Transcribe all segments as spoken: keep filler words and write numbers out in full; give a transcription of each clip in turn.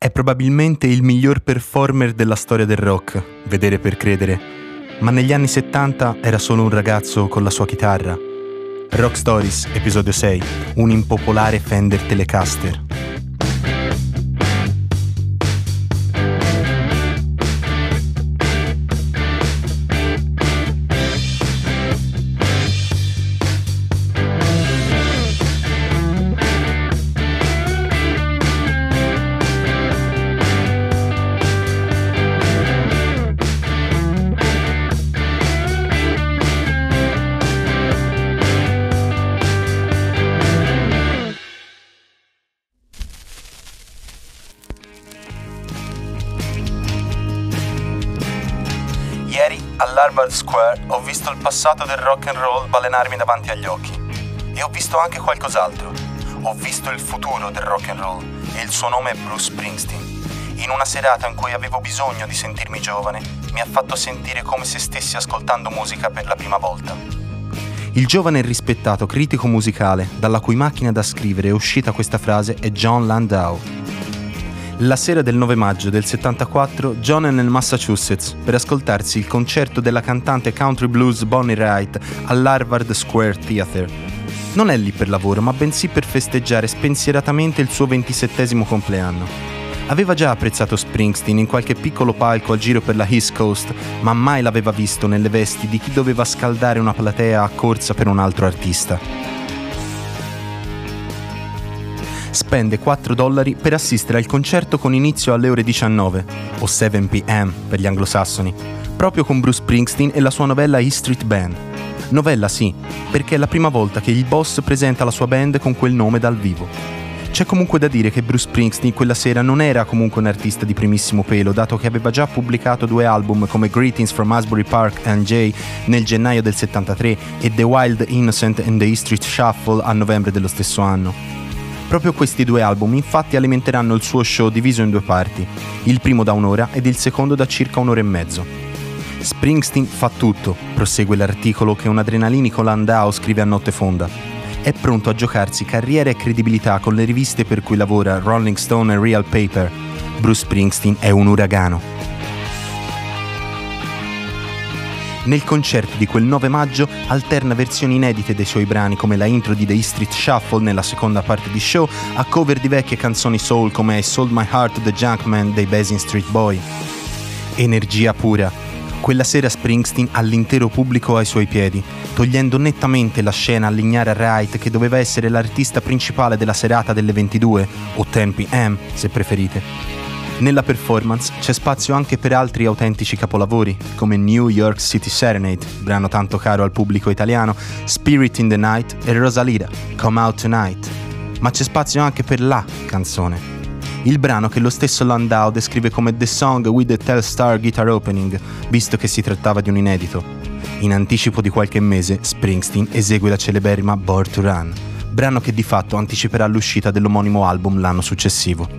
È probabilmente il miglior performer della storia del rock, vedere per credere, ma negli anni settanta era solo un ragazzo con la sua chitarra. Rock Stories, episodio sei, un impopolare Fender Telecaster. Ieri, all'Harvard Square, ho visto il passato del rock and roll balenarmi davanti agli occhi. E ho visto anche qualcos'altro. Ho visto il futuro del rock and roll, e il suo nome è Bruce Springsteen. In una serata in cui avevo bisogno di sentirmi giovane, mi ha fatto sentire come se stessi ascoltando musica per la prima volta. Il giovane e rispettato critico musicale, dalla cui macchina da scrivere è uscita questa frase, è Jon Landau. La sera del nove maggio del settantaquattro, John è nel Massachusetts per ascoltarsi il concerto della cantante country blues Bonnie Raitt all'Harvard Square Theatre. Non è lì per lavoro, ma bensì per festeggiare spensieratamente il suo ventisettesimo compleanno. Aveva già apprezzato Springsteen in qualche piccolo palco a giro per la East Coast, ma mai l'aveva visto nelle vesti di chi doveva scaldare una platea a corsa per un altro artista. Spende quattro dollari per assistere al concerto con inizio alle ore diciannove, o sette p m per gli anglosassoni, proprio con Bruce Springsteen e la sua novella E Street Band. Novella sì, perché è la prima volta che il boss presenta la sua band con quel nome dal vivo. C'è comunque da dire che Bruce Springsteen quella sera non era comunque un artista di primissimo pelo, dato che aveva già pubblicato due album come Greetings from Asbury Park and Jay nel gennaio del settantatré e The Wild Innocent and the E Street Shuffle a novembre dello stesso anno. Proprio questi due album infatti alimenteranno il suo show diviso in due parti, il primo da un'ora ed il secondo da circa un'ora e mezzo. Springsteen fa tutto, prosegue l'articolo che un adrenalinico Landau scrive a notte fonda. È pronto a giocarsi carriera e credibilità con le riviste per cui lavora, Rolling Stone e Real Paper. Bruce Springsteen è un uragano. Nel concerto di quel nove maggio alterna versioni inedite dei suoi brani come la intro di The E Street Shuffle nella seconda parte di show a cover di vecchie canzoni soul come I Sold My Heart to the Junkman dei Basin Street Boy. Energia pura. Quella sera Springsteen ha l'intero pubblico ai suoi piedi, togliendo nettamente la scena all'ignara Raitt che doveva essere l'artista principale della serata delle ventidue, o dieci p m se preferite. Nella performance c'è spazio anche per altri autentici capolavori, come New York City Serenade, brano tanto caro al pubblico italiano, Spirit in the Night e Rosalita, Come Out Tonight. Ma c'è spazio anche per la canzone, il brano che lo stesso Landau descrive come The Song with the Telstar Guitar Opening, visto che si trattava di un inedito. In anticipo di qualche mese, Springsteen esegue la celeberrima Born to Run, brano che di fatto anticiperà l'uscita dell'omonimo album l'anno successivo.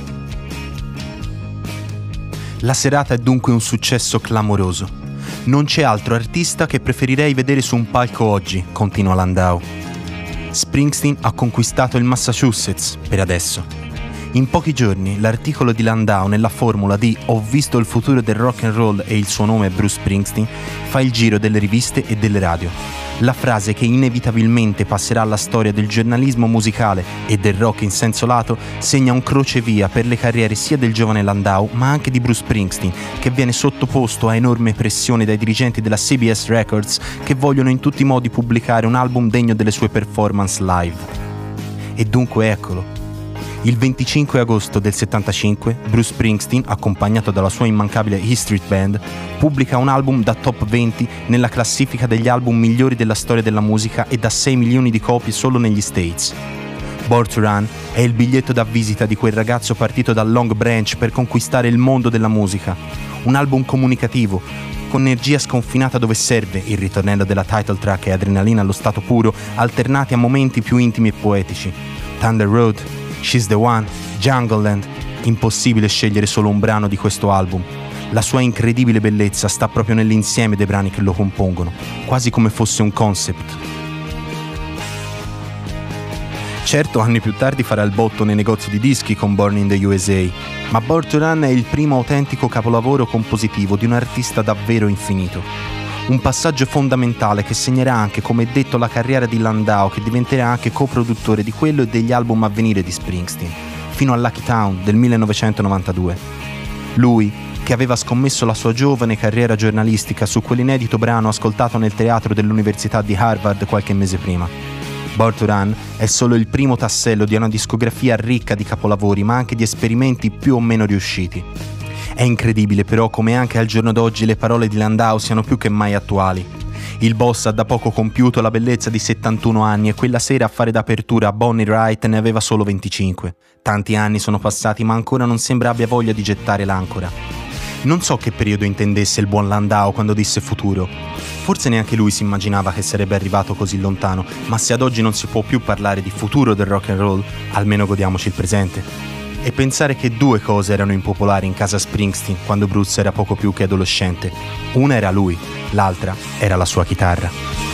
La serata è dunque un successo clamoroso. Non c'è altro artista che preferirei vedere su un palco oggi, continua Landau. Springsteen ha conquistato il Massachusetts, per adesso. In pochi giorni l'articolo di Landau nella formula di Ho visto il futuro del rock and roll e il suo nome è Bruce Springsteen fa il giro delle riviste e delle radio. La frase che inevitabilmente passerà alla storia del giornalismo musicale e del rock in senso lato segna un crocevia per le carriere sia del giovane Landau ma anche di Bruce Springsteen, che viene sottoposto a enorme pressione dai dirigenti della C B S Records che vogliono in tutti i modi pubblicare un album degno delle sue performance live. E dunque eccolo. Il venticinque agosto del settantacinque, Bruce Springsteen, accompagnato dalla sua immancabile E Street Band, pubblica un album da top venti nella classifica degli album migliori della storia della musica e da sei milioni di copie solo negli States. Born to Run è il biglietto da visita di quel ragazzo partito da Long Branch per conquistare il mondo della musica. Un album comunicativo, con energia sconfinata dove serve, il ritornello della title track e adrenalina allo stato puro, alternati a momenti più intimi e poetici. Thunder Road, She's the One, Jungleland. Impossibile scegliere solo un brano di questo album. La sua incredibile bellezza sta proprio nell'insieme dei brani che lo compongono, quasi come fosse un concept. Certo, anni più tardi farà il botto nei negozi di dischi con Born in the U S A, ma Born to Run è il primo autentico capolavoro compositivo di un artista davvero infinito. Un passaggio fondamentale che segnerà anche, come detto, la carriera di Landau, che diventerà anche coproduttore di quello e degli album a venire di Springsteen, fino a Lucky Town del millenovecentonovantadue. Lui, che aveva scommesso la sua giovane carriera giornalistica su quell'inedito brano ascoltato nel teatro dell'Università di Harvard qualche mese prima. Born to Run è solo il primo tassello di una discografia ricca di capolavori, ma anche di esperimenti più o meno riusciti. È incredibile però come anche al giorno d'oggi le parole di Landau siano più che mai attuali. Il boss ha da poco compiuto la bellezza di settantuno anni e quella sera a fare d'apertura a Bonnie Wright ne aveva solo venticinque. Tanti anni sono passati, ma ancora non sembra abbia voglia di gettare l'ancora. Non so che periodo intendesse il buon Landau quando disse futuro. Forse neanche lui si immaginava che sarebbe arrivato così lontano, ma se ad oggi non si può più parlare di futuro del rock and roll, almeno godiamoci il presente. E pensare che due cose erano impopolari in casa Springsteen quando Bruce era poco più che adolescente. Una era lui, l'altra era la sua chitarra.